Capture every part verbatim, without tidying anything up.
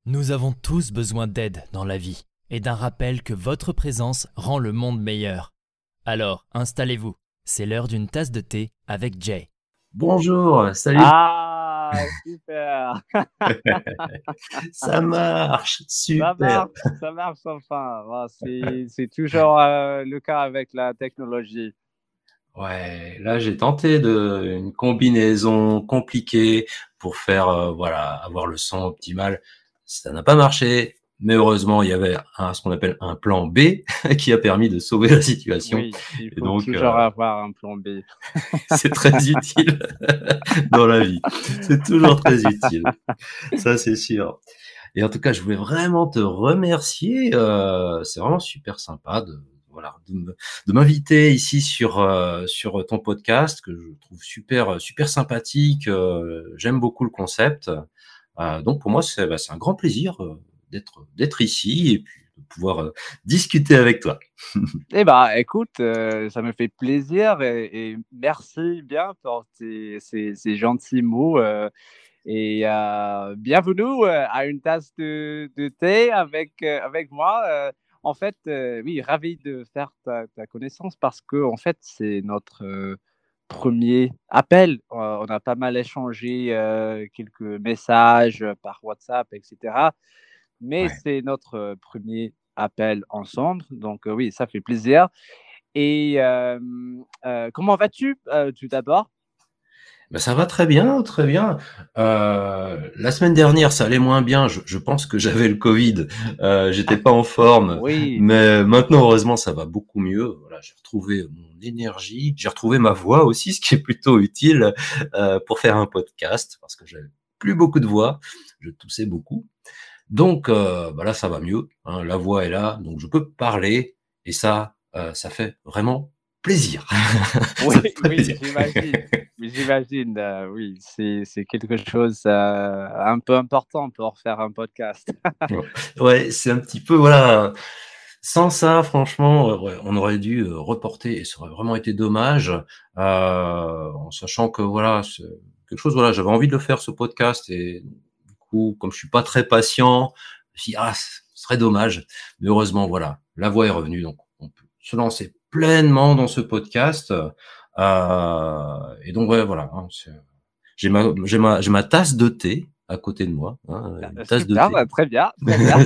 Nous avons tous besoin d'aide dans la vie et d'un rappel que votre présence rend le monde meilleur. Alors, installez-vous. C'est l'heure d'une tasse de thé avec Jay. Bonjour, salut. Ah, super. Ça marche, Ça super. marche, ça marche enfin. Bon, c'est, c'est toujours euh, le cas avec la technologie. Ouais, là j'ai tenté de une combinaison compliquée pour faire euh, voilà avoir le son optimal. Ça n'a pas marché, mais heureusement il y avait un, ce qu'on appelle un plan B qui a permis de sauver la situation. Oui, il Et faut donc toujours euh, avoir un plan B. c'est très utile dans la vie. C'est toujours très utile, ça c'est sûr. Et en tout cas, je voulais vraiment te remercier. Euh, c'est vraiment super sympa de voilà de, me- de m'inviter ici sur euh, sur ton podcast que je trouve super super sympathique. Euh, j'aime beaucoup le concept. Euh, donc pour moi, c'est bah, c'est un grand plaisir euh, d'être d'être ici et puis de pouvoir euh, discuter avec toi. Eh ben, écoute, euh, ça me fait plaisir et, et merci bien pour tes- ces, ces gentils mots. euh, et euh, bienvenue euh, à une tasse de, de thé avec, euh, avec moi. Euh, en fait, euh, oui, ravi de faire ta, ta connaissance parce que, en fait, c'est notre euh, premier appel. Euh, on a pas mal échangé euh, quelques messages par WhatsApp, et cetera. Mais Ouais. c'est notre euh, premier appel ensemble. Donc, euh, oui, ça fait plaisir. Et euh, euh, comment vas-tu euh, tout d'abord? Ben, ça va très bien, très bien. Euh, la semaine dernière, ça allait moins bien. Je, je pense que j'avais le Covid. Euh, j'étais pas en forme, Oui, mais maintenant, heureusement, ça va beaucoup mieux. Voilà, j'ai retrouvé mon énergie, j'ai retrouvé ma voix aussi, ce qui est plutôt utile euh, pour faire un podcast, parce que j'avais plus beaucoup de voix. Je toussais beaucoup. Donc, euh, bah là, ça va mieux. Hein, la voix est là, donc je peux parler, et ça, euh, ça fait vraiment plaisir. oui, Ça fait très oui, plaisir. j'imagine. Oui, j'imagine, euh, oui, c'est, c'est quelque chose euh, un peu important pour faire un podcast. Ouais, ouais, c'est un petit peu voilà. Sans ça, franchement, euh, ouais, on aurait dû euh, reporter et ça aurait vraiment été dommage, euh, en sachant que voilà, c'est quelque chose. Voilà, j'avais envie de le faire ce podcast et du coup, comme je suis pas très patient, je me suis dit, ah, ce serait dommage. Mais heureusement, voilà, la voix est revenue, donc on peut se lancer pleinement dans ce podcast. Euh, et donc ouais, voilà, hein, c'est- j'ai ma j'ai ma j'ai ma tasse de thé à côté de moi, hein, une tasse de Super, thé. bah, très bien, très bien.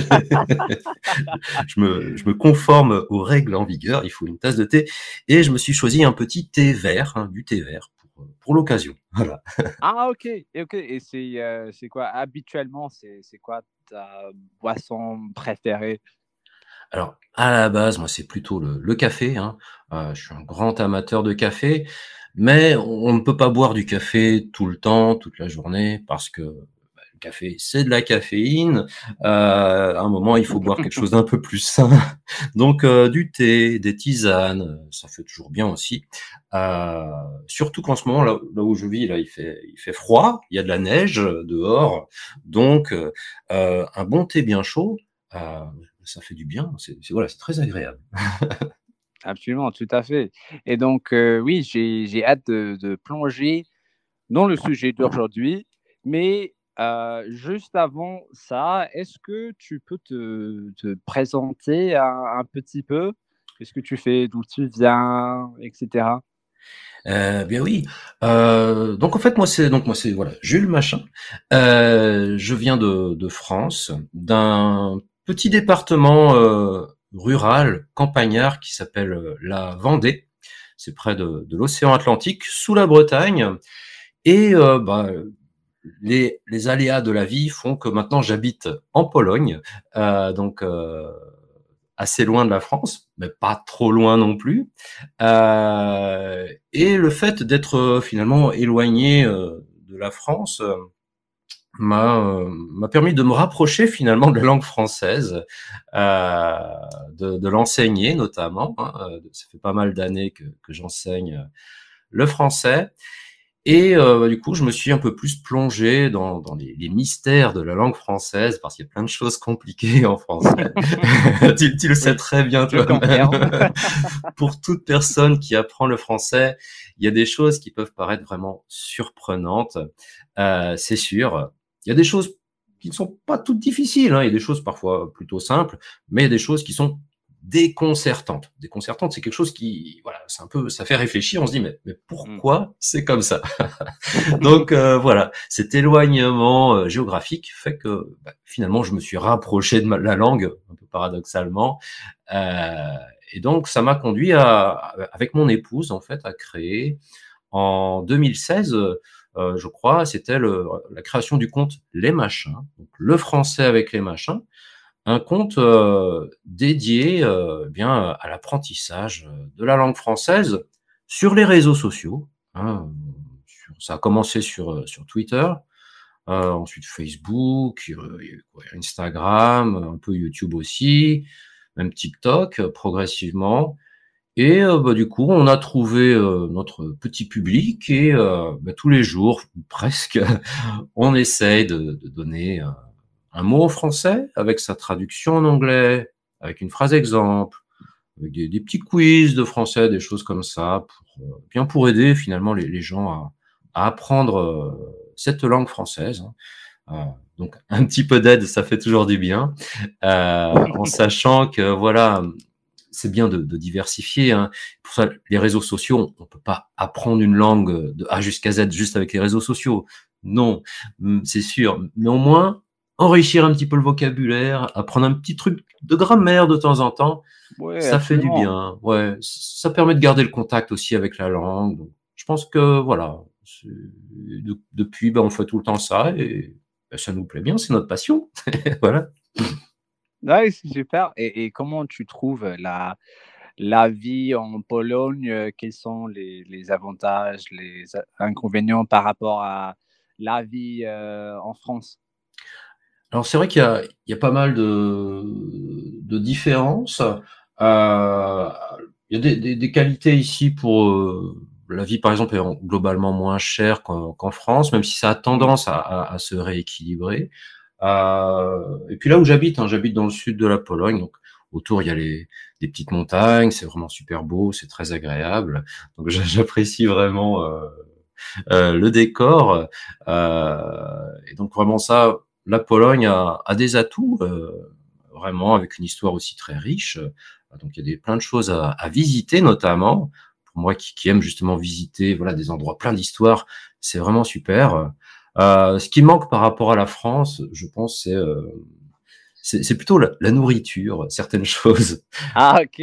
je me, je me conforme aux règles en vigueur. Il faut une tasse de thé et je me suis choisi un petit thé vert, hein, du thé vert pour, pour l'occasion. Voilà. Ah, ok, et ok. Et c'est, euh, c'est quoi, habituellement, c'est, c'est quoi ta boisson préférée? Alors à la base, moi c'est plutôt le, le café. Hein. Euh, je suis un grand amateur de café, mais on ne peut pas boire du café tout le temps, toute la journée, parce que bah, le café c'est de la caféine. Euh, à un moment, il faut boire quelque chose d'un peu plus sain. Donc euh, du thé, des tisanes, euh, ça fait toujours bien aussi. Euh, surtout qu'en ce moment, là, là où je vis, là, il fait, il fait froid, il y a de la neige euh, dehors, donc euh, euh, un bon thé bien chaud, euh, ça fait du bien. C'est, c'est- voilà, c'est très agréable. Absolument, tout à fait. Et donc, euh, oui, j'ai, j'ai hâte de, de plonger dans le sujet d'aujourd'hui. Mais euh, juste avant ça, est-ce que tu peux te, te présenter un, un petit peu? Qu'est-ce que tu fais, d'où tu viens, et cetera. Euh, bien oui. Euh, donc en fait, moi c'est donc moi c'est voilà Jules Machin. Euh, je viens de, de France, d'un petit département euh, rural, campagnard qui s'appelle euh, la Vendée. C'est près de, de l'océan Atlantique, sous la Bretagne. Et euh, bah, les, les aléas de la vie font que maintenant j'habite en Pologne, euh, donc euh, assez loin de la France, mais pas trop loin non plus. Euh, et le fait d'être euh, finalement éloigné euh, de la France euh, m'a euh, m'a permis de me rapprocher finalement de la langue française, euh, de, de l'enseigner notamment. Hein. Euh, Ça fait pas mal d'années que, que j'enseigne le français. Et euh, bah, du coup, je me suis un peu plus plongé dans, dans les, les mystères de la langue française, parce qu'il y a plein de choses compliquées en français. tu, tu le sais Oui, très bien je toi-même. confirme. Pour toute personne qui apprend le français, il y a des choses qui peuvent paraître vraiment surprenantes, euh, c'est sûr. Il y a des choses qui ne sont pas toutes difficiles. Hein. Il y a des choses parfois plutôt simples, mais il y a des choses qui sont déconcertantes. Déconcertante, c'est quelque chose qui, voilà, c'est un peu, ça fait réfléchir. On se dit, mais, mais pourquoi mmh. c'est comme ça? Donc euh, voilà, cet éloignement euh, géographique fait que bah, finalement, je me suis rapproché de ma, la langue, un peu paradoxalement, euh, et donc ça m'a conduit à, avec mon épouse en fait, à créer en deux mille seize. Euh, je crois, c'était le, la création du compte Les Machins, donc le français avec les machins, un compte euh, dédié euh, bien à l'apprentissage de la langue française sur les réseaux sociaux. Hein. Sur, ça a commencé sur sur Twitter, euh, ensuite Facebook, euh, Instagram, un peu YouTube aussi, même TikTok euh, progressivement. Et euh, bah, du coup, on a trouvé euh, notre petit public et euh, bah, tous les jours, presque, on essaye de, de donner euh, un mot en français avec sa traduction en anglais, avec une phrase exemple, avec des, des petits quiz de français, des choses comme ça, pour, euh, bien pour aider finalement les, les gens à, à apprendre euh, cette langue française. Euh, donc un petit peu d'aide, ça fait toujours du bien, euh, en sachant que voilà, c'est bien de, de diversifier. Hein. Pour ça, les réseaux sociaux, on peut pas apprendre une langue de A jusqu'à Z juste avec les réseaux sociaux. Non, c'est sûr. Mais au moins, enrichir un petit peu le vocabulaire, apprendre un petit truc de grammaire de temps en temps, ouais, ça absolument. Fait du bien. Ouais, ça permet de garder le contact aussi avec la langue. Donc, je pense que voilà, de, depuis, ben, on fait tout le temps ça et ben, ça nous plaît bien, c'est notre passion. Voilà. Ouais, c'est super. Et, et comment tu trouves la, la vie en Pologne? Quels sont les, les avantages, les inconvénients par rapport à la vie euh, en France? Alors c'est vrai qu'il y a, il y a pas mal de, de différences. Euh, il y a des, des, des qualités ici pour euh, la vie, par exemple, est globalement moins chère qu'en, qu'en France, même si ça a tendance à, à, à se rééquilibrer. Euh, et puis là où j'habite, hein, j'habite dans le sud de la Pologne, donc autour il y a les, des petites montagnes, c'est vraiment super beau, c'est très agréable. Donc j'apprécie vraiment euh, euh, le décor. Euh, et donc vraiment ça. La Pologne a, a des atouts, euh, vraiment, avec une histoire aussi très riche. Donc, il y a des, plein de choses à, à visiter, notamment. Pour moi qui, qui aime justement visiter voilà, des endroits pleins d'histoire, c'est vraiment super. Euh, ce qui manque par rapport à la France, je pense, c'est, euh, c'est, c'est plutôt la, la nourriture, certaines choses. Ah, ok.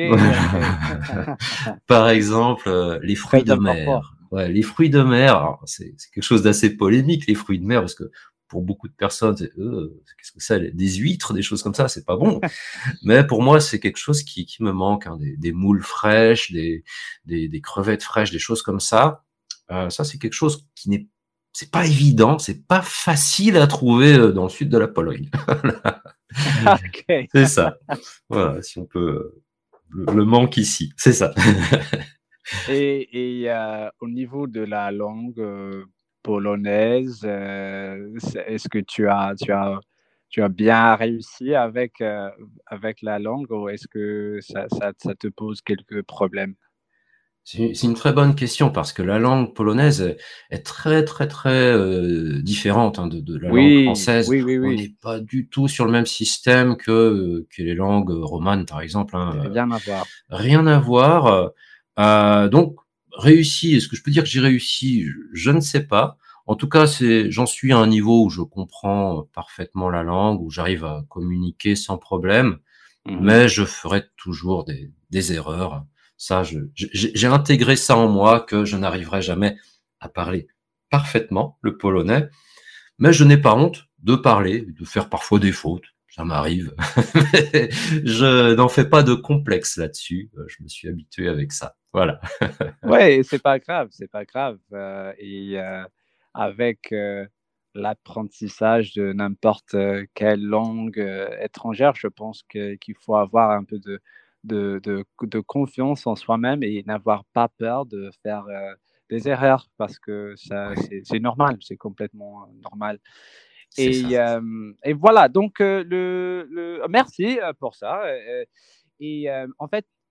Par exemple, euh, les fruits de mer. Ouais, les fruits de mer, alors, c'est, c'est quelque chose d'assez polémique, les fruits de mer, parce que pour beaucoup de personnes, c'est, euh, qu'est-ce que c'est, des huîtres, des choses comme ça, c'est pas bon. Mais pour moi, c'est quelque chose qui, qui me manque, hein, des, des moules fraîches, des, des, des crevettes fraîches, des choses comme ça. Euh, ça, c'est quelque chose qui n'est, c'est pas évident, c'est pas facile à trouver dans le sud de la Pologne. Okay. C'est ça. Voilà, si on peut, le, le manque ici, c'est ça. Et, et euh, au niveau de la langue euh, polonaise, euh, est-ce que tu as, tu as, tu as bien réussi avec, euh, avec la langue ou est-ce que ça, ça, ça te pose quelques problèmes? C'est, c'est une très bonne question parce que la langue polonaise est très très très euh, différente hein, de, de la oui, langue française. Oui, oui, oui. On n'est pas du tout sur le même système que, que les langues romanes, par exemple. Hein. Rien à voir. Rien à voir. Euh, donc, réussi, est-ce que je peux dire que j'ai réussi? Je, je ne sais pas. En tout cas, c'est, j'en suis à un niveau où je comprends parfaitement la langue, où j'arrive à communiquer sans problème, mmh. Mais je ferai toujours des, des erreurs. Ça, je, j'ai, j'ai intégré ça en moi, que je n'arriverai jamais à parler parfaitement le polonais, mais je n'ai pas honte de parler, de faire parfois des fautes. Ça m'arrive. Je n'en fais pas de complexe là-dessus. Je me suis habitué avec ça. Voilà. Ouais, c'est pas grave, c'est pas grave. Euh, et euh, avec euh, l'apprentissage de n'importe quelle langue euh, étrangère, je pense que, qu'il faut avoir un peu de, de, de, de confiance en soi-même et n'avoir pas peur de faire euh, des erreurs parce que ça, c'est, c'est normal, c'est complètement normal. Et, euh, et voilà, donc euh, le, le, merci pour ça. Et, et euh, en fait,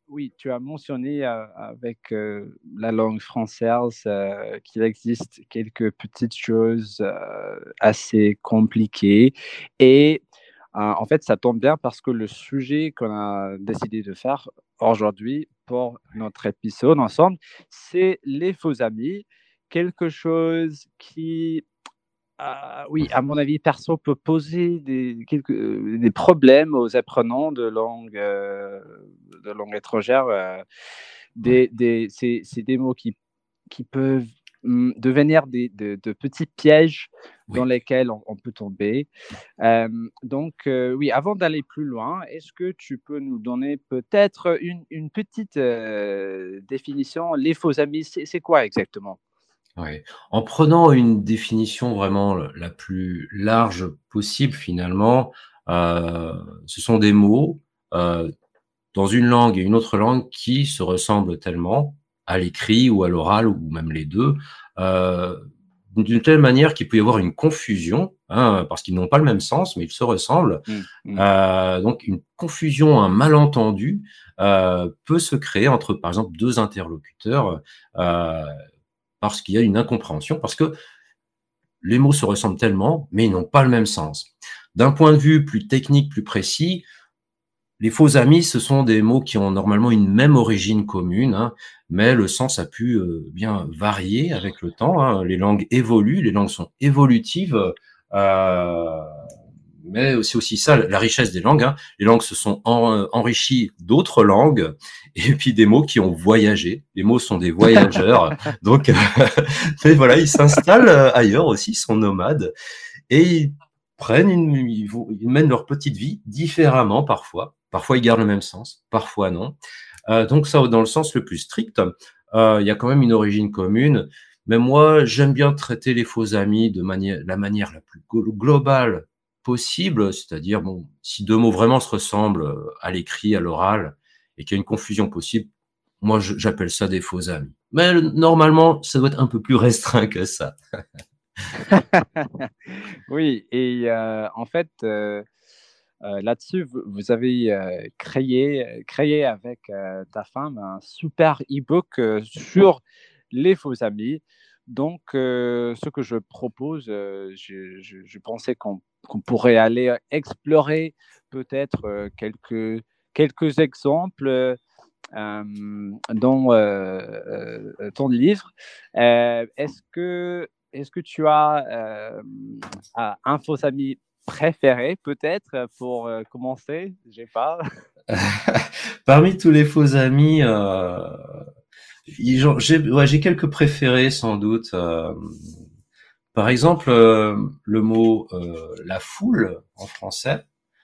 oui, tu as mentionné euh, avec euh, la langue française euh, qu'il existe quelques petites choses euh, assez compliquées. Et euh, en fait, ça tombe bien parce que le sujet qu'on a décidé de faire aujourd'hui pour notre épisode ensemble, c'est les faux amis. Quelque chose qui euh, oui, à mon avis, perso peut poser des, quelques, euh, des problèmes aux apprenants de langue, euh, de langue étrangère. Euh, Ouais, des, des, c'est, c'est des mots qui, qui peuvent hum, devenir des, de, de petits pièges dans oui. lesquels on, on peut tomber. Euh, donc, euh, oui, avant d'aller plus loin, est-ce que tu peux nous donner peut-être une, une petite euh, définition? Les faux amis, c'est, c'est quoi exactement? Ouais. En prenant une définition vraiment le- la plus large possible, finalement, euh, ce sont des mots euh, dans une langue et une autre langue qui se ressemblent tellement à l'écrit ou à l'oral ou même les deux, euh, d'une telle manière qu'il peut y avoir une confusion, hein, parce qu'ils n'ont pas le même sens, mais ils se ressemblent. Hum, hum. Euh, donc une confusion, un malentendu euh, peut se créer entre, par exemple, deux interlocuteurs. Euh, parce qu'il y a une incompréhension, parce que les mots se ressemblent tellement, mais ils n'ont pas le même sens. D'un point de vue plus technique, plus précis, les faux amis, ce sont des mots qui ont normalement une même origine commune, hein, mais le sens a pu euh, bien varier avec le temps. Hein. Les langues évoluent, les langues sont évolutives. Euh, mais c'est aussi ça la richesse des langues. Hein. Les langues se sont en, enrichies d'autres langues et puis des mots qui ont voyagé. Les mots sont des voyageurs, donc mais voilà, ils s'installent ailleurs aussi, ils sont nomades et ils prennent une, ils, vont, ils mènent leur petite vie différemment parfois. Parfois ils gardent le même sens, parfois non. Euh, donc ça, dans le sens le plus strict, euh, il y a quand même une origine commune. Mais moi, j'aime bien traiter les faux amis de manière, la manière la plus globale possible, c'est-à-dire, bon, si deux mots vraiment se ressemblent euh, à l'écrit, à l'oral, et qu'il y a une confusion possible, moi, j'appelle ça des faux amis. Mais normalement, ça doit être un peu plus restreint que ça. Oui, et euh, en fait, euh, euh, là-dessus, vous, vous avez euh, créé, créé avec euh, ta femme un super e-book euh, sur les faux amis. Donc, euh, ce que je propose, euh, je, je- je pensais qu'on qu'on pourrait aller explorer peut-être euh, quelques, quelques exemples euh, dans euh, euh, ton livre. Euh, est-ce que, est-ce que tu as euh, un faux ami préféré, peut-être, pour euh, commencer? Je sais pas. Parmi tous les faux amis, euh, j'ai ouais, j'ai quelques préférés sans doute. Euh, par exemple, euh, le mot euh, la foule en français,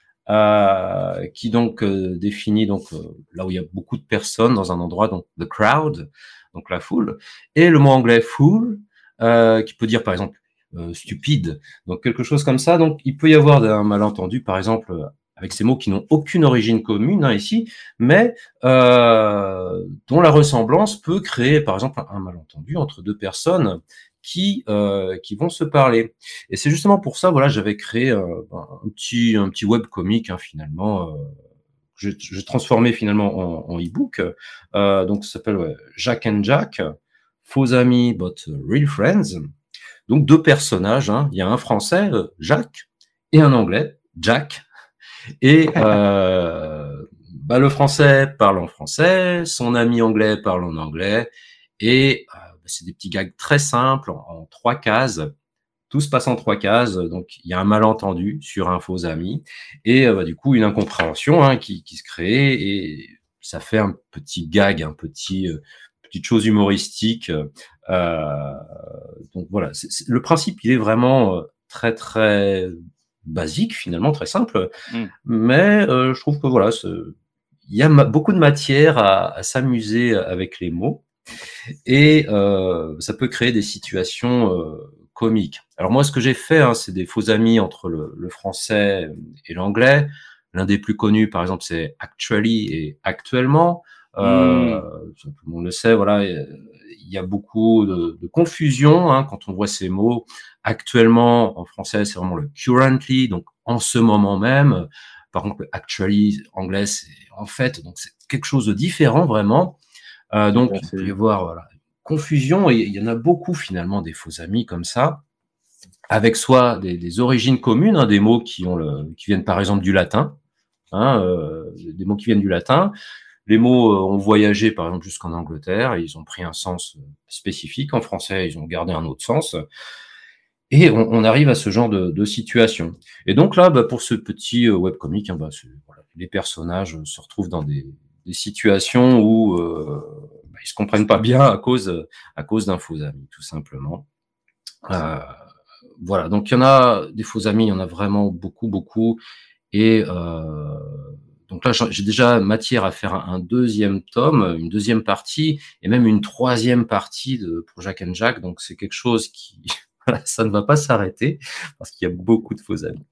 euh, qui donc euh, définit donc euh, là où il y a beaucoup de personnes dans un endroit, donc the crowd, donc la foule, et le mot anglais fool, euh, qui peut dire par exemple euh, stupide, donc quelque chose comme ça. Donc il peut y avoir un malentendu, par exemple euh, avec ces mots qui n'ont aucune origine commune hein, ici, mais euh, dont la ressemblance peut créer par exemple un, un malentendu entre deux personnes qui euh, qui vont se parler. Et c'est justement pour ça, voilà, j'avais créé euh, un petit un petit web comique hein, finalement. Euh, je, je transformé finalement en, en e-book. Euh, donc ça s'appelle ouais, Jack and Jack, faux amis but real friends. Donc deux personnages. Hein. Il y a un Français, euh, Jacques, et un Anglais, Jack. Et euh, bah, le Français parle en français, son ami anglais parle en anglais, et euh, c'est des petits gags très simples en, en trois cases. Tout se passe en trois cases, donc il y a un malentendu sur un faux ami et euh, bah, du coup une incompréhension hein, qui, qui se crée et ça fait un petit gag, un petit euh, petite chose humoristique. Euh, donc voilà, c'est, c'est, le principe il est vraiment euh, très très basique finalement, très simple, Mm. mais euh, je trouve que voilà, il y a ma- beaucoup de matière à, à s'amuser avec les mots et euh, ça peut créer des situations euh, comiques. Alors moi, ce que j'ai fait, hein, c'est des faux amis entre le, le français et l'anglais. L'un des plus connus, par exemple, c'est actually et actuellement. Euh, Mm. tout le monde le sait, voilà. Il y a beaucoup de, de confusion hein, quand on voit ces mots. Actuellement, en français, c'est vraiment le currently, donc en ce moment même. Par contre, le actually, anglais, c'est en fait, donc c'est quelque chose de différent vraiment. Euh, donc, il peut y avoir voilà, confusion, et il y en a beaucoup finalement des faux amis comme ça, avec soit des, des origines communes, hein, des mots qui ont le, qui viennent par exemple du latin, hein, euh, des mots qui viennent du latin. Les mots euh, ont voyagé par exemple jusqu'en Angleterre et ils ont pris un sens spécifique. En français, ils ont gardé un autre sens. Et on, on arrive à ce genre de, de situation. Et donc là, bah, pour ce petit euh, webcomic, hein, bah, voilà, les personnages se retrouvent dans des, des situations où euh, bah, ils se comprennent pas bien à cause à cause d'un faux ami, tout simplement. Euh, voilà. Donc il y en a des faux amis, il y en a vraiment beaucoup, beaucoup. Et euh, donc là, j'ai déjà matière à faire un, un deuxième tome, une deuxième partie, et même une troisième partie de pour Jack and Jack. Donc c'est quelque chose qui ça ne va pas s'arrêter parce qu'il y a beaucoup de faux amis.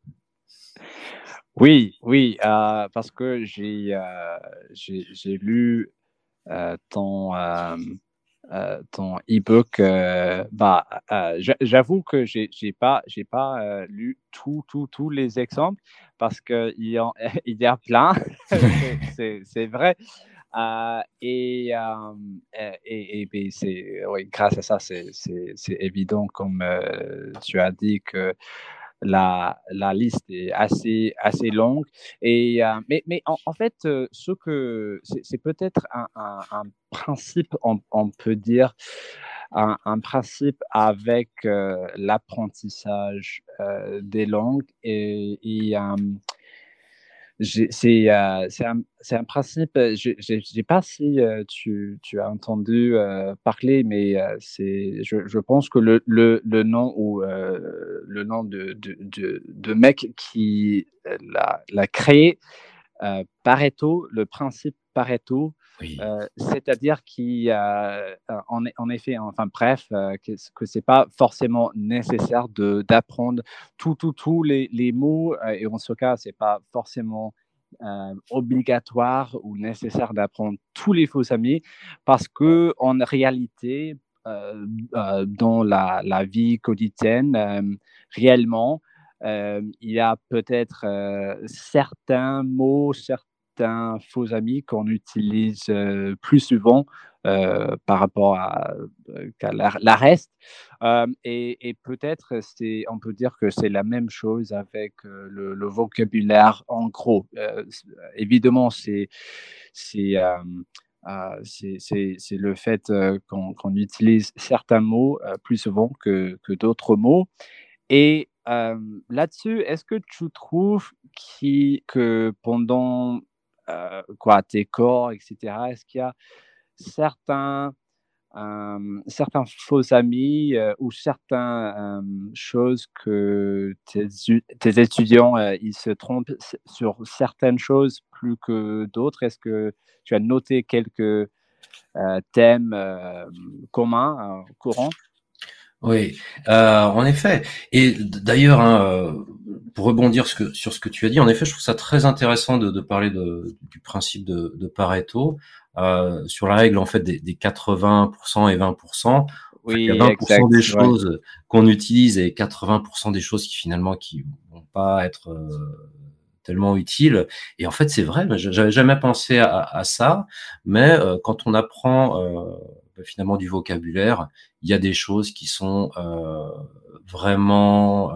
Oui, oui, euh, parce que j'ai euh, j'ai, j'ai lu euh, ton euh, euh, ton e-book. Euh, bah, euh, j'avoue que j'ai j'ai pas j'ai pas euh, lu tout tout tous les exemples parce que il y, en, il y a plein. c'est, c'est, c'est vrai. Euh, et, euh, et, et, et c'est, oui, grâce à ça, c'est, c'est, c'est évident, comme euh, tu as dit, que la, la liste est assez, assez longue. Et, euh, mais mais en, en fait, euh, ce que, c'est, c'est peut-être un, un, un principe, on, on peut dire, un, un principe avec euh, l'apprentissage euh, des langues. Et, et euh, c'est euh, un, un principe, je ne sais pas si euh, tu, tu, as entendu euh, parler, mais euh, je, je pense que le, le, le nom ou euh, le nom de, de, de, de mec qui l'a créé, euh, Pareto, le principe Pareto, Oui. Euh, c'est-à-dire qu'en en effet, enfin bref, euh, que, que ce n'est pas forcément nécessaire d'apprendre tous tout, tout les, les mots, euh, et en ce cas, ce n'est pas forcément euh, obligatoire ou nécessaire d'apprendre tous les faux amis, parce qu'en réalité, euh, euh, dans la, la vie quotidienne, euh, réellement, euh, il y a peut-être euh, certains mots, certains faux amis qu'on utilise euh, plus souvent euh, par rapport à, à la, la reste. Euh, et, et peut-être, on peut dire que c'est la même chose avec euh, le, le vocabulaire en gros. Euh, évidemment, c'est c'est euh, euh, c'est le fait euh, qu'on qu'on utilise certains mots euh, plus souvent que, que d'autres mots. Et euh, là-dessus, est-ce que tu trouves qui, que pendant euh, quoi, tes cours, et cetera, est-ce qu'il y a certains, euh, certains faux amis euh, ou certaines euh, choses que tes, tes étudiants euh, ils se trompent sur certaines choses plus que d'autres? Est-ce que tu as noté quelques euh, thèmes euh, communs, euh, courants? Oui, euh, en effet. Et d'ailleurs, hein, pour rebondir ce que, sur ce que tu as dit, en effet, je trouve ça très intéressant de, de parler de, du principe de, de Pareto, euh, sur la règle en fait des, des quatre-vingts pour cent et vingt pour cent. En fait, Oui, il y a vingt pour cent exact, des ouais. choses qu'on utilise et quatre-vingts pour cent des choses qui finalement qui vont pas être euh, tellement utiles. Et en fait, c'est vrai, j'avais jamais pensé à, à ça, mais euh, quand on apprend euh, finalement du vocabulaire, il y a des choses qui sont euh, vraiment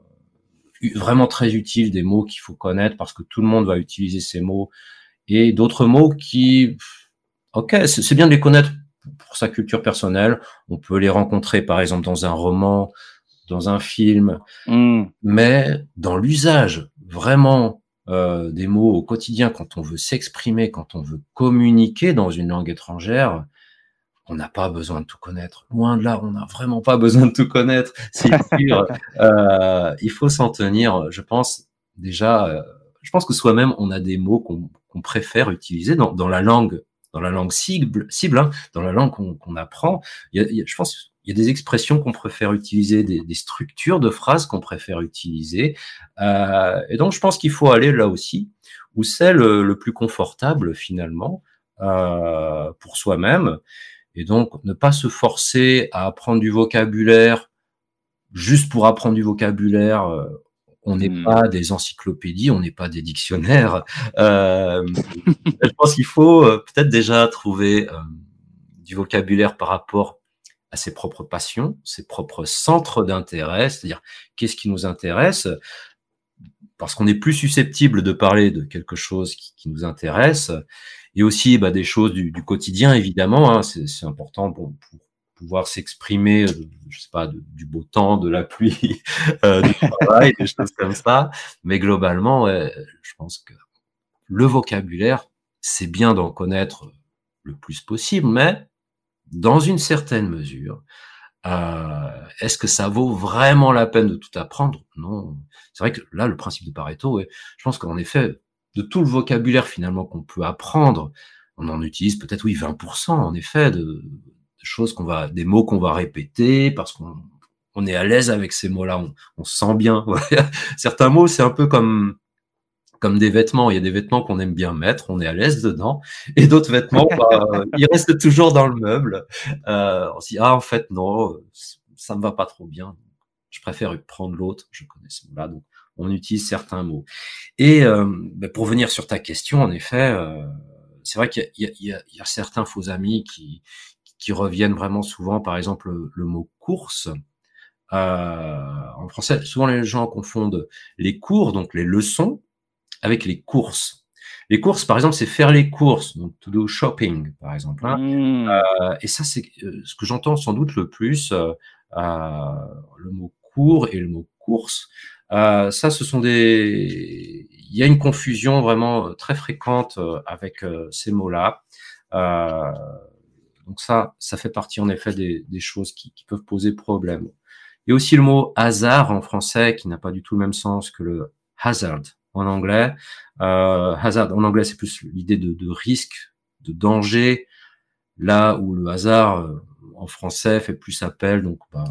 euh, vraiment très utiles, des mots qu'il faut connaître parce que tout le monde va utiliser ces mots, et d'autres mots qui, ok, c'est bien de les connaître pour sa culture personnelle, on peut les rencontrer par exemple dans un roman, dans un film, mmh. mais dans l'usage vraiment euh, des mots au quotidien, quand on veut s'exprimer, quand on veut communiquer dans une langue étrangère, on n'a pas besoin de tout connaître. Loin de là, on n'a vraiment pas besoin de tout connaître. C'est sûr. euh, il faut s'en tenir, je pense, déjà, euh, je pense que soi-même, on a des mots qu'on qu'on préfère utiliser dans, dans la langue, dans la langue cible, cible hein, dans la langue qu'on qu'on apprend. Il y a, il y a, je pense il y a des expressions qu'on préfère utiliser, des, des structures de phrases qu'on préfère utiliser. Euh, et donc, je pense qu'il faut aller là aussi, où c'est le, le plus confortable, finalement, euh, pour soi-même. Et donc, ne pas se forcer à apprendre du vocabulaire juste pour apprendre du vocabulaire. on n'est Hmm. pas des encyclopédies, on n'est pas des dictionnaires. Euh, je pense qu'il faut euh, peut-être déjà trouver euh, du vocabulaire par rapport à ses propres passions, ses propres centres d'intérêt, c'est-à-dire qu'est-ce qui nous intéresse, parce qu'on est plus susceptible de parler de quelque chose qui, qui nous intéresse, et aussi bah, des choses du, du quotidien, évidemment, hein, c'est, c'est important pour, pour pouvoir s'exprimer, euh, je sais pas, de, du beau temps, de la pluie, euh, du travail, des choses comme ça, mais globalement, ouais, je pense que le vocabulaire, c'est bien d'en connaître le plus possible, mais dans une certaine mesure. Euh, est-ce que ça vaut vraiment la peine de tout apprendre? Non. C'est vrai que là, le principe de Pareto, ouais, je pense qu'en effet, de tout le vocabulaire finalement qu'on peut apprendre, on en utilise peut-être, oui, vingt pour cent en effet, de, de choses qu'on va, des mots qu'on va répéter parce qu'on on est à l'aise avec ces mots-là, on, on se sent bien. Certains mots, c'est un peu comme comme des vêtements. Il y a des vêtements qu'on aime bien mettre, on est à l'aise dedans, et d'autres vêtements, bah, ils restent toujours dans le meuble. Euh, on se dit, ah, en fait, non, ça me va pas trop bien. Je préfère prendre l'autre, je connais ce mot-là, donc on utilise certains mots. Et euh, bah, pour venir sur ta question, en effet, euh, c'est vrai qu'il y a, il y, a, il y a certains faux amis qui, qui reviennent vraiment souvent, par exemple, le, le mot course. Euh, en français, souvent les gens confondent les cours, donc les leçons, avec les courses. Les courses, par exemple, c'est faire les courses, donc to do shopping, par exemple. Hein. Hmm. Euh, et ça, c'est euh, ce que j'entends sans doute le plus, euh, euh, le mot cours et le mot course. Euh, ça, ce sont des... Il y a une confusion vraiment très fréquente euh, avec euh, ces mots-là. Euh, donc ça, ça fait partie en effet des, des choses qui, qui peuvent poser problème. Il y a aussi le mot hasard en français qui n'a pas du tout le même sens que le hazard en anglais. Euh, hazard en anglais, c'est plus l'idée de, de risque, de danger, là où le hasard euh, en français fait plus appel donc bah,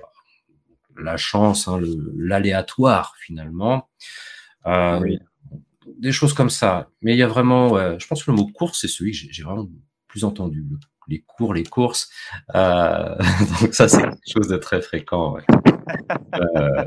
la chance, hein, le, l'aléatoire finalement. Euh, Oui. des choses comme ça. Mais il y a vraiment, ouais, je pense que le mot course, c'est celui que j'ai, j'ai vraiment plus entendu. Les cours, les courses. Euh, donc ça, c'est quelque chose de très fréquent. Ouais. Euh,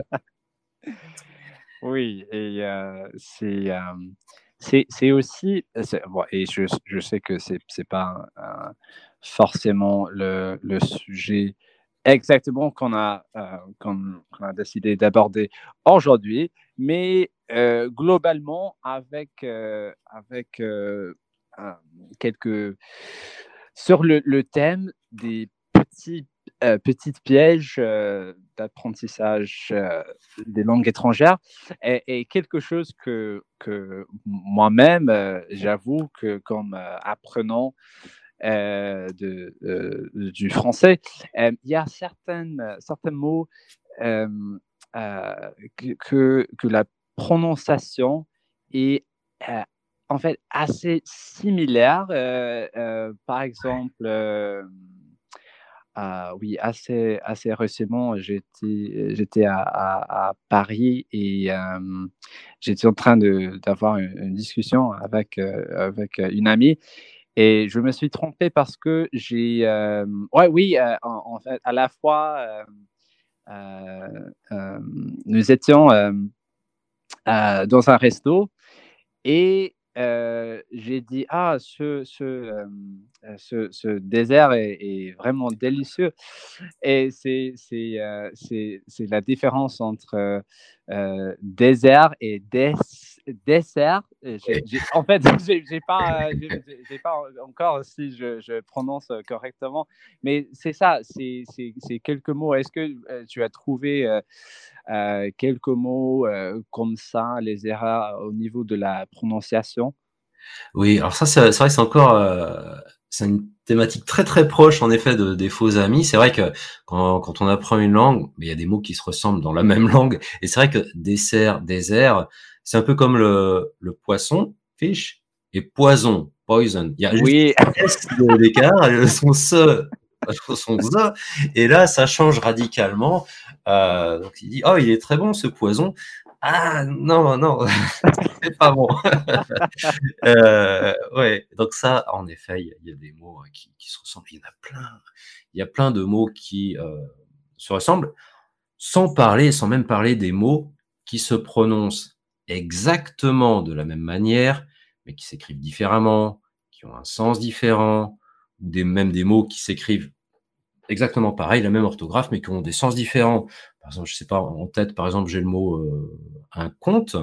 Oui, et euh, c'est euh, c'est c'est aussi c'est- bon, et je, je sais que c'est c'est pas euh, forcément le, le sujet exactement qu'on a euh, qu'on, qu'on a décidé d'aborder aujourd'hui, mais euh, globalement avec euh, avec euh, euh, quelques sur le, le thème des petits euh, petites pièges euh, d'apprentissage euh, des langues étrangères est, est quelque chose que, que moi-même, euh, j'avoue que comme euh, apprenant euh, de, euh, du français, euh, il y a certaines, certains mots euh, euh, que, que, que la prononciation est euh, en fait assez similaire. Euh, euh, par exemple, euh, ah oui, assez, assez récemment, j'étais, j'étais à, à, à Paris et euh, j'étais en train de, d'avoir une, une discussion avec, euh, avec une amie et je me suis trompé parce que j'ai... euh, ouais, oui, euh, en, en fait, à la fois, euh, euh, euh, nous étions euh, euh, dans un resto et euh, j'ai dit, ah, ce, ce, euh, ce, ce désert est, est vraiment délicieux. Et c'est, c'est, euh, c'est, c'est la différence entre euh, euh, désert et des, dessert. Et j'ai- j'ai- en fait, j'ai j'ai pas, euh, j'ai j'ai pas encore si je, je prononce correctement, mais c'est ça, c'est c'est- c'est quelques mots. Est-ce que euh, tu as trouvé euh, euh, quelques mots euh, comme ça, les erreurs au niveau de la prononciation? oui, alors ça, c'est, c'est vrai que c'est encore, euh, c'est une thématique très très proche en effet de, des faux amis. C'est vrai que quand, quand on apprend une langue, il y a des mots qui se ressemblent dans la même langue. Et c'est vrai que dessert, désert, c'est un peu comme le, le poisson, fish, et poison, poison. Il y a juste Oui, un S de- d'écart, son se, son ze, et là, ça change radicalement. Euh, donc il dit, oh, il est très bon ce poison. Ah non, non, c'est pas bon. Euh, ouais, donc ça, en effet, il y, a- il y a des mots euh, qui, qui se ressemblent. Il y en a plein. Il y a plein de mots qui euh, se ressemblent, sans parler, sans même parler des mots qui se prononcent exactement de la même manière, mais qui s'écrivent différemment, qui ont un sens différent, ou des, même des mots qui s'écrivent exactement pareil, la même orthographe, mais qui ont des sens différents. Par exemple, je sais pas, en tête, par exemple, j'ai le mot euh, un conte.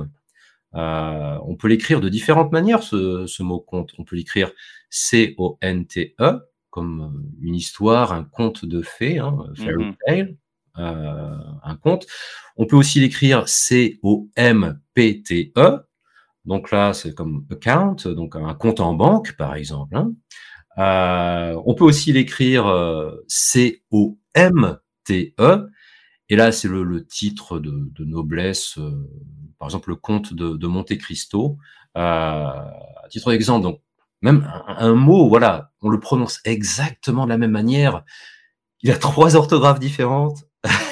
Euh, on peut l'écrire de différentes manières, ce, ce mot conte. On peut l'écrire C O N T E, comme une histoire, un conte de fées, hein, fairy Mhm. tale, euh, un conte. On peut aussi l'écrire C O M P T E. Donc là, c'est comme account, donc un compte en banque, par exemple. Hein. Euh, on peut aussi l'écrire euh, C O M T E. Et là, c'est le, le titre de, de noblesse, euh, par exemple le comte de, de Monte Cristo. Euh, à titre d'exemple, donc même un, un mot, voilà, on le prononce exactement de la même manière. Il a trois orthographes différentes,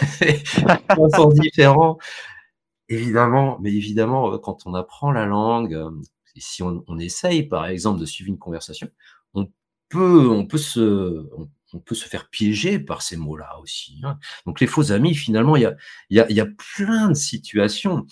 trois sens différents. Évidemment, mais évidemment, quand on apprend la langue, euh, et si on, on essaye, par exemple, de suivre une conversation, on peut, on peut se, on, on peut se faire piéger par ces mots-là aussi. Hein. Donc les faux amis, finalement, il y a, il y a, il y a plein de situations.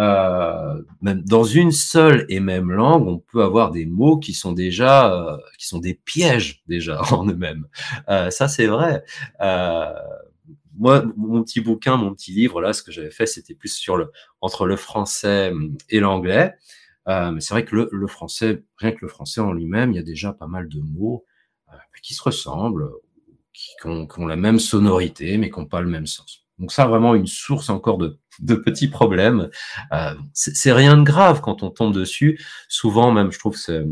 Euh, même dans une seule et même langue, on peut avoir des mots qui sont déjà, euh, qui sont des pièges déjà en eux-mêmes. Euh, ça, c'est vrai. Euh, moi, mon petit bouquin, mon petit livre, là, ce que j'avais fait, c'était plus sur le, entre le français et l'anglais. Euh, mais c'est vrai que le, le français, rien que le français en lui-même, il y a déjà pas mal de mots euh, qui se ressemblent, qui, qui, ont, qui ont la même sonorité, mais qui n'ont pas le même sens. Donc ça, vraiment une source encore de, de petits problèmes. Euh, c'est, c'est rien de grave quand on tombe dessus. Souvent, même, je trouve que c'est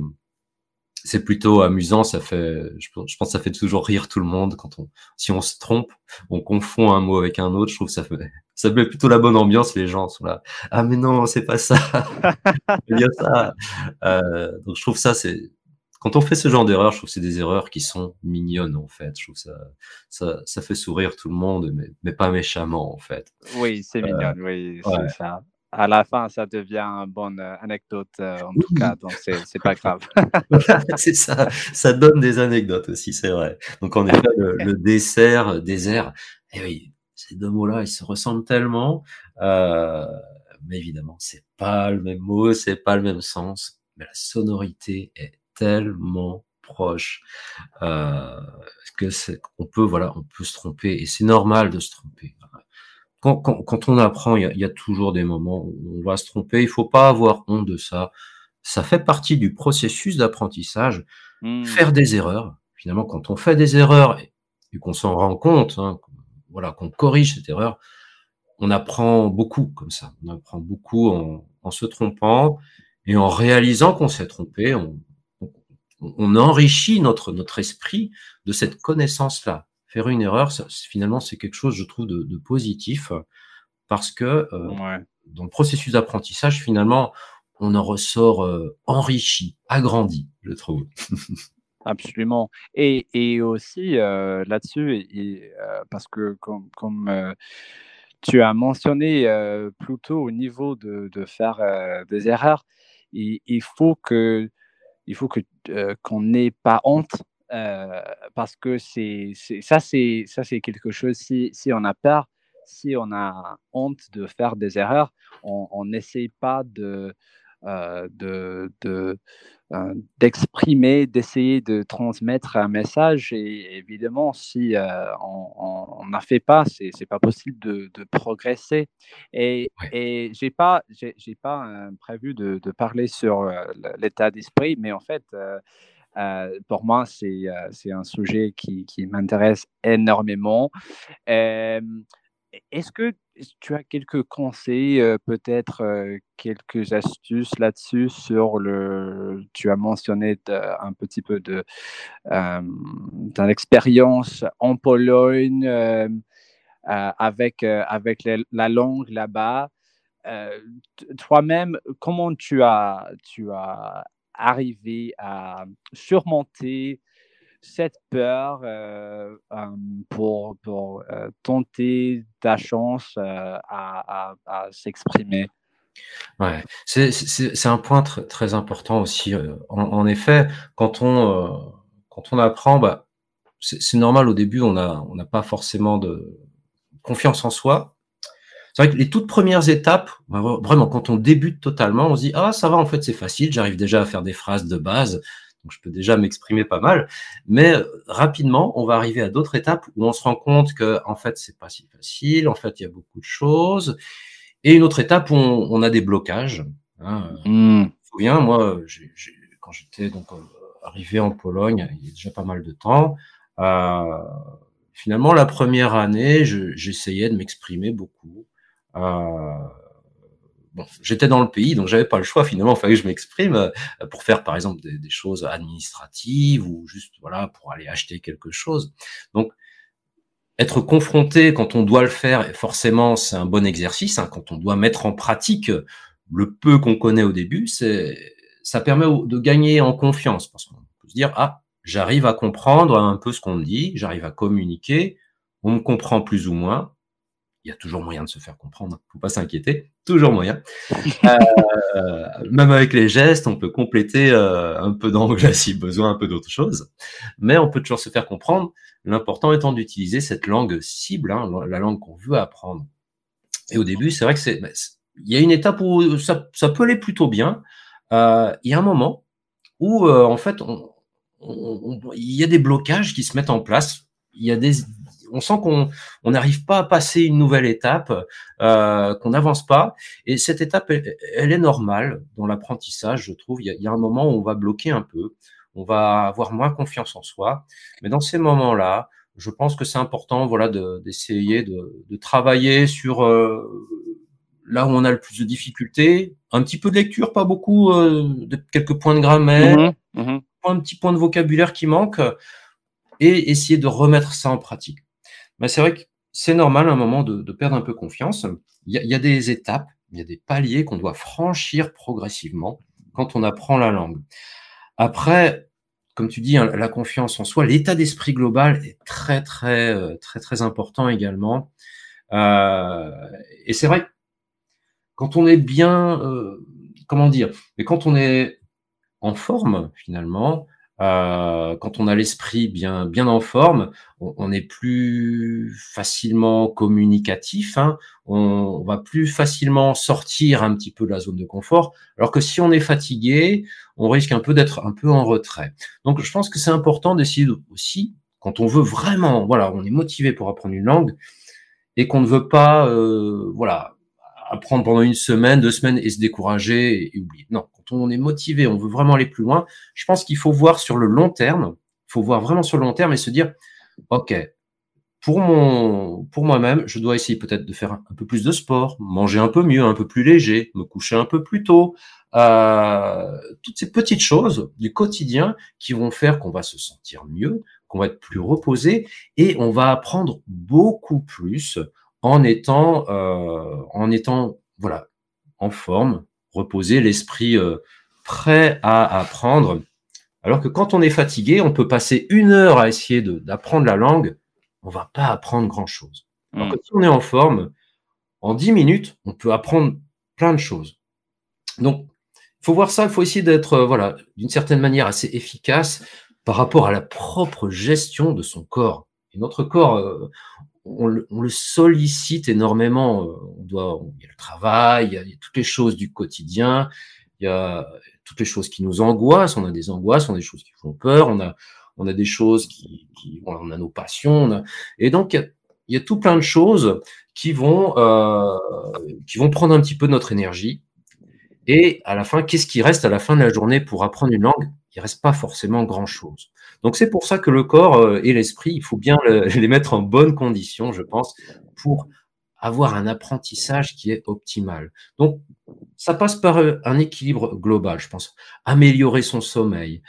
c'est plutôt amusant, ça fait, je, je pense que ça fait toujours rire tout le monde quand on, si on se trompe, on confond un mot avec un autre, je trouve que ça fait, ça met plutôt la bonne ambiance, les gens sont là. Ah, mais non, c'est pas ça. Il y a ça. Euh, donc je trouve ça, c'est, quand on fait ce genre d'erreurs, je trouve que c'est des erreurs qui sont mignonnes, en fait. Je trouve que ça, ça, ça fait sourire tout le monde, mais, mais pas méchamment, en fait. Oui, c'est Euh, mignon, oui, c'est ouais. ça. À la fin, ça devient une bonne euh, anecdote, euh, en tout cas, Oui, donc c'est c'est pas grave. c'est ça, ça donne des anecdotes aussi, c'est vrai. Donc en effet, le, le dessert, désert, eh oui, ces deux mots-là, ils se ressemblent tellement, euh, mais évidemment, c'est pas le même mot, c'est pas le même sens, mais la sonorité est tellement proche euh, que c'est, on peut, voilà, on peut se tromper et c'est normal de se tromper. Quand, quand, quand on apprend, il y, a, il y a toujours des moments où on va se tromper. Il faut pas avoir honte de ça. Ça fait partie du processus d'apprentissage. Hmm. Faire des erreurs. Finalement, quand on fait des erreurs et, et qu'on s'en rend compte, hein, voilà, qu'on corrige cette erreur, on apprend beaucoup comme ça. On apprend beaucoup en, en se trompant et en réalisant qu'on s'est trompé. On, on, on enrichit notre notre esprit de cette connaissance-là. Faire une erreur, ça, finalement, c'est quelque chose, je trouve, de, de positif parce que euh, Ouais, dans le processus d'apprentissage, finalement, on en ressort euh, enrichi, agrandi, je trouve. absolument. Et, et aussi euh, là-dessus, et, et, euh, parce que comme, comme euh, tu as mentionné euh, plutôt au niveau de, de faire euh, des erreurs, il, il faut que, il faut que euh, qu'on n'ait pas honte. euh, parce que c'est, c'est ça, c'est ça, c'est quelque chose. Si, si on a peur, si on a honte de faire des erreurs, on n'essaye pas de, euh, de, de euh, d'exprimer, d'essayer de transmettre un message. Et évidemment, si euh, on n'a fait pas, c'est c'est pas possible de, de progresser. Et, Ouais. et j'ai pas, j'ai, j'ai pas euh, prévu de, de parler sur euh, l'état d'esprit, mais en fait, euh, euh, pour moi, c'est euh, c'est un sujet qui, qui m'intéresse énormément. Euh, Est-ce que tu as quelques conseils, euh, peut-être euh, quelques astuces là-dessus sur le... Tu as mentionné de- un petit peu de euh, ton expérience en Pologne euh, euh, avec, euh, avec les- la langue là-bas. Euh, t- Toi-même, comment tu as, tu as arrivé à surmonter cette peur euh, euh, pour, pour euh, tenter ta chance euh, à, à, à s'exprimer. Ouais, c'est c'est c'est un point très très important aussi. euh, En, en effet, quand on euh, quand on apprend, bah c'est c'est normal au début, on a on n'a pas forcément de confiance en soi. c'est vrai que les toutes premières étapes, vraiment, quand on débute totalement, on se dit, ah, ça va, en fait, c'est facile, j'arrive déjà à faire des phrases de base, donc je peux déjà m'exprimer pas mal. Mais euh, rapidement, on va arriver à d'autres étapes où on se rend compte que, en fait, c'est pas si facile, en fait, il y a beaucoup de choses. Et une autre étape où on, on a des blocages. Hein. Mm. Je me souviens, moi, j'ai, j'ai, quand j'étais donc euh, arrivé en Pologne, il y a déjà pas mal de temps, euh, finalement, la première année, je, j'essayais de m'exprimer beaucoup. Euh, bon, j'étais dans le pays, donc j'avais pas le choix. Finalement, il fallait que je m'exprime euh, pour faire, par exemple, des, des choses administratives ou juste, voilà, pour aller acheter quelque chose. Donc, être confronté quand on doit le faire, forcément, c'est un bon exercice. Hein, quand on doit mettre en pratique le peu qu'on connaît au début, c'est, ça permet de gagner en confiance parce qu'on peut se dire, ah, j'arrive à comprendre un peu ce qu'on me dit, j'arrive à communiquer, on me comprend plus ou moins. Il y a toujours moyen de se faire comprendre, faut pas s'inquiéter, toujours moyen. Euh, même avec les gestes, on peut compléter euh, un peu d'anglais si besoin, un peu d'autre chose, mais on peut toujours se faire comprendre. L'important étant d'utiliser cette langue cible, hein, la langue qu'on veut apprendre. Et au début, c'est vrai que c'est, il y a une étape où ça, ça peut aller plutôt bien. Euh, il y a un moment où euh, en fait, on, on, on, il y a des blocages qui se mettent en place. Il y a des, on sent qu'on on n'arrive pas à passer une nouvelle étape, euh, qu'on n'avance pas. Et cette étape, elle, elle est normale dans l'apprentissage, je trouve. Il y, a, il y a un moment où on va bloquer un peu, on va avoir moins confiance en soi. Mais dans ces moments-là, je pense que c'est important, voilà, de, d'essayer de, de travailler sur euh, là où on a le plus de difficultés, un petit peu de lecture, pas beaucoup, euh, de quelques points de grammaire, Mm-hmm. Mm-hmm. un petit point de vocabulaire qui manque, et essayer de remettre ça en pratique. Mais c'est vrai que c'est normal à un moment de, de perdre un peu confiance. Il y, a, il y a des étapes, il y a des paliers qu'on doit franchir progressivement quand on apprend la langue. Après, comme tu dis, hein, la confiance en soi, l'état d'esprit global est très, très, très, très, très important également. Euh, et c'est vrai que quand on est bien, euh, comment dire, mais quand on est en forme finalement, euh, quand on a l'esprit bien bien en forme, on, on est plus facilement communicatif, hein, on, on va plus facilement sortir un petit peu de la zone de confort, alors que si on est fatigué, on risque un peu d'être un peu en retrait. Donc je pense que c'est important d'essayer de, aussi, quand on veut vraiment, voilà, on est motivé pour apprendre une langue et qu'on ne veut pas, euh, voilà, apprendre pendant une semaine, deux semaines et se décourager et, et oublier. Non, quand on est motivé, on veut vraiment aller plus loin, je pense qu'il faut voir sur le long terme, il faut voir vraiment sur le long terme et se dire, OK, pour mon, pour moi-même, je dois essayer peut-être de faire un, un peu plus de sport, manger un peu mieux, un peu plus léger, me coucher un peu plus tôt, euh, toutes ces petites choses du quotidien qui vont faire qu'on va se sentir mieux, qu'on va être plus reposé et on va apprendre beaucoup plus en étant, euh, en étant, voilà, en forme, reposé, l'esprit euh, prêt à apprendre. Alors que quand on est fatigué, on peut passer une heure à essayer de, d'apprendre la langue, on va pas apprendre grand-chose. Alors que si on est en forme, en dix minutes, on peut apprendre plein de choses. Donc, il faut voir ça, il faut essayer d'être, euh, voilà, d'une certaine manière assez efficace par rapport à la propre gestion de son corps. Et notre corps, euh, on, le, on le sollicite énormément. On doit, il y a le travail, il y a, il y a toutes les choses du quotidien, il y a toutes les choses qui nous angoissent. On a des angoisses, on a des choses qui font peur, on a, on a des choses qui, qui on a nos passions. On a, et donc, il y, a, il y a tout plein de choses qui vont, euh, qui vont prendre un petit peu de notre énergie. Et à la fin, qu'est-ce qui reste à la fin de la journée pour apprendre une langue? Il reste pas forcément grand-chose. Donc c'est pour ça que le corps et l'esprit, il faut bien les mettre en bonne condition, je pense, pour avoir un apprentissage qui est optimal. Donc ça passe par un équilibre global, je pense. Améliorer son sommeil,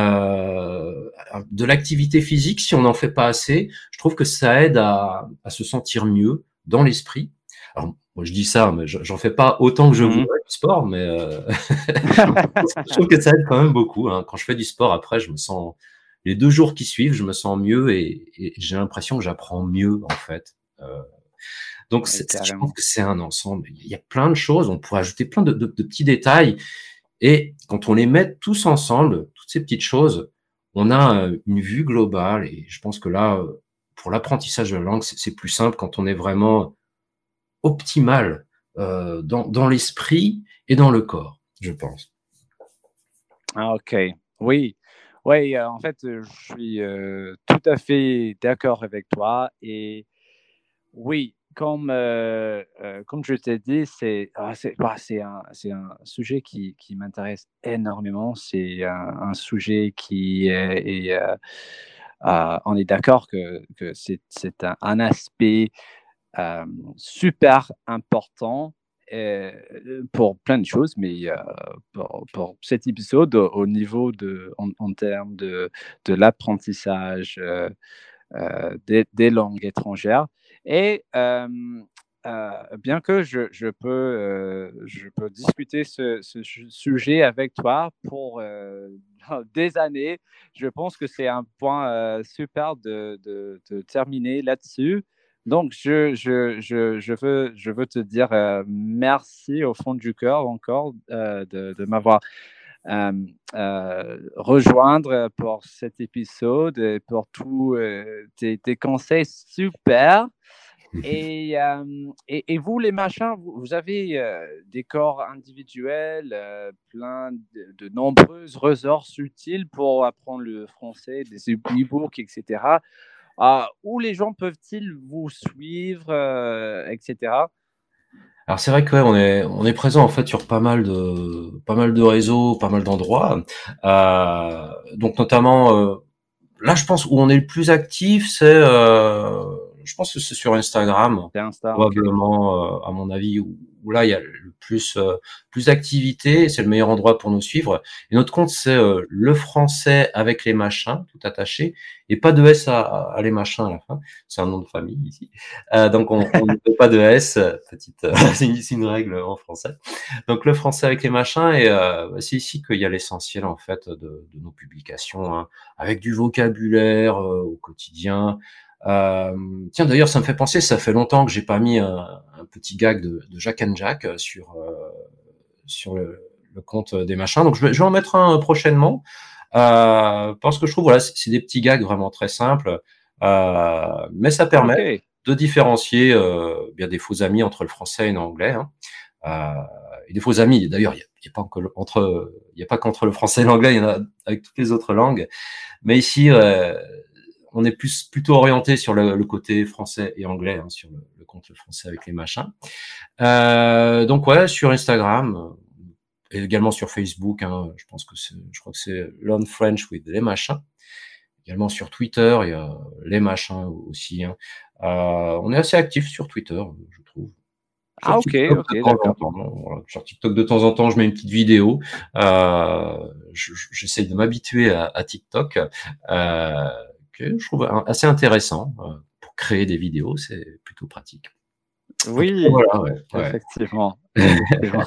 euh, de l'activité physique, si on n'en fait pas assez, je trouve que ça aide à, à se sentir mieux dans l'esprit. Alors, moi, je dis ça, mais j'en fais pas autant que je voudrais du sport, mais euh... je trouve que ça aide quand même beaucoup. Hein. Quand je fais du sport, après, je me sens, les deux jours qui suivent, je me sens mieux et, et j'ai l'impression que j'apprends mieux, en fait. Euh... Donc, c'est, je pense que c'est un ensemble. Il y a plein de choses, on pourrait ajouter plein de, de, de petits détails. Et quand on les met tous ensemble, toutes ces petites choses, on a une vue globale. Et je pense que là, pour l'apprentissage de la langue, c'est, c'est plus simple quand on est vraiment optimale euh, dans, dans l'esprit et dans le corps, je pense. Ah, ok, oui. Oui, euh, en fait, euh, je suis euh, tout à fait d'accord avec toi. Et oui, comme, euh, euh, comme je t'ai dit, c'est ah, c'est bah, c'est un, c'est un sujet qui, qui m'intéresse énormément. C'est un, un sujet qui est, est, euh, euh, on est d'accord que, que c'est, c'est un, un aspect euh, super important euh, pour plein de choses, mais euh, pour, pour cet épisode, au, au niveau de, en, en termes de, de l'apprentissage euh, euh, des, des langues étrangères. Et euh, euh, bien que je, je, peux, euh, je peux discuter ce, ce sujet avec toi pour euh, des années, je pense que c'est un point euh, super de, de, de terminer là-dessus. Donc, je, je, je, je, veux, je veux te dire euh, merci au fond du cœur encore euh, de, de m'avoir euh, euh, rejoindre pour cet épisode et pour tous euh, tes, tes conseils super. Et, euh, et, et, vous, les machins, vous, vous avez euh, des corps individuels, euh, plein de, de nombreuses ressources utiles pour apprendre le français, des e-books, et cetera. Euh, où les gens peuvent-ils vous suivre, euh, et cetera. Alors c'est vrai que ouais, on est on est présent en fait sur pas mal de pas mal de réseaux, pas mal d'endroits. Euh, donc notamment euh, là, je pense où on est le plus actif, c'est euh, je pense que c'est sur Instagram, C'est Insta, probablement okay. euh, à mon avis où, où là il y a le plus euh, plus d'activité, c'est le meilleur endroit pour nous suivre. Et notre compte c'est euh, le français avec les machins tout attaché et pas de S à, à les machins à la fin. C'est un nom de famille ici, euh, donc on, on ne fait pas de S. Petite, euh, c'est une, une règle en français. Donc le français avec les machins et euh, c'est ici qu'il y a l'essentiel en fait de, de nos publications, hein, avec du vocabulaire euh, au quotidien. Euh, tiens, d'ailleurs, ça me fait penser, ça fait longtemps que j'ai pas mis un, un petit gag de, de Jack and Jack sur euh, sur le, le compte des machins. Donc je vais, je vais en mettre un prochainement euh, parce que je trouve voilà, c'est, c'est des petits gags vraiment très simples, euh, mais ça permet Okay. de différencier euh, bien des faux amis entre le français et l'anglais. Hein. Euh, et des faux amis. D'ailleurs, il n'y a, a pas que entre, il y a pas qu'entre le français et l'anglais, il y en a avec toutes les autres langues. Mais ici, euh, on est plus plutôt orienté sur le, le côté français et anglais, hein, sur le, le compte français avec les machins. Euh, donc ouais, sur Instagram et également sur Facebook. Hein, je pense que c'est, je crois que c'est Learn French with les machins. Également sur Twitter, il y a les machins aussi. Hein. Euh, on est assez actif sur Twitter, je trouve. Sur Ah, ok, TikTok ok, de temps en d'accord. temps. Voilà. Sur TikTok de temps en temps, je mets une petite vidéo. Euh, je, je, j'essaie de m'habituer à, à TikTok, euh, que je trouve assez intéressant euh, pour créer des vidéos. C'est plutôt pratique. Oui, Voilà, ouais, ouais. effectivement, effectivement.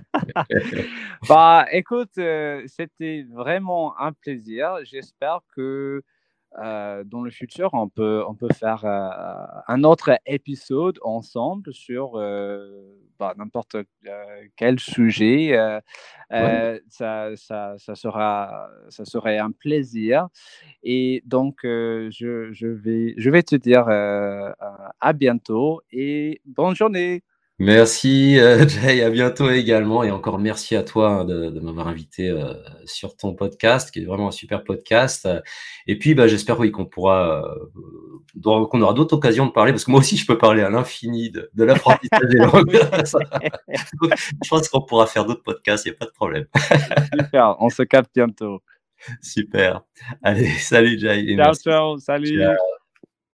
Bah, écoute, euh, c'était vraiment un plaisir. J'espère que euh, dans le futur, on peut, on peut faire euh, un autre épisode ensemble sur euh, bah, n'importe euh, quel sujet. Euh, Ouais. euh, ça, ça, ça, sera, ça serait un plaisir. Et donc, euh, je, je, vais, je vais te dire euh, à bientôt et bonne journée. Merci euh, Jay, à bientôt également et encore merci à toi hein, de, de m'avoir invité euh, sur ton podcast qui est vraiment un super podcast et puis bah, j'espère oui qu'on pourra euh, qu'on aura d'autres occasions de parler parce que moi aussi je peux parler à l'infini de, de l'apprentissage des langues. Je pense qu'on pourra faire d'autres podcasts, il n'y a pas de problème. Super, on se capte bientôt. Super, allez salut Jay et Ciao, merci. ciao, salut. Ciao.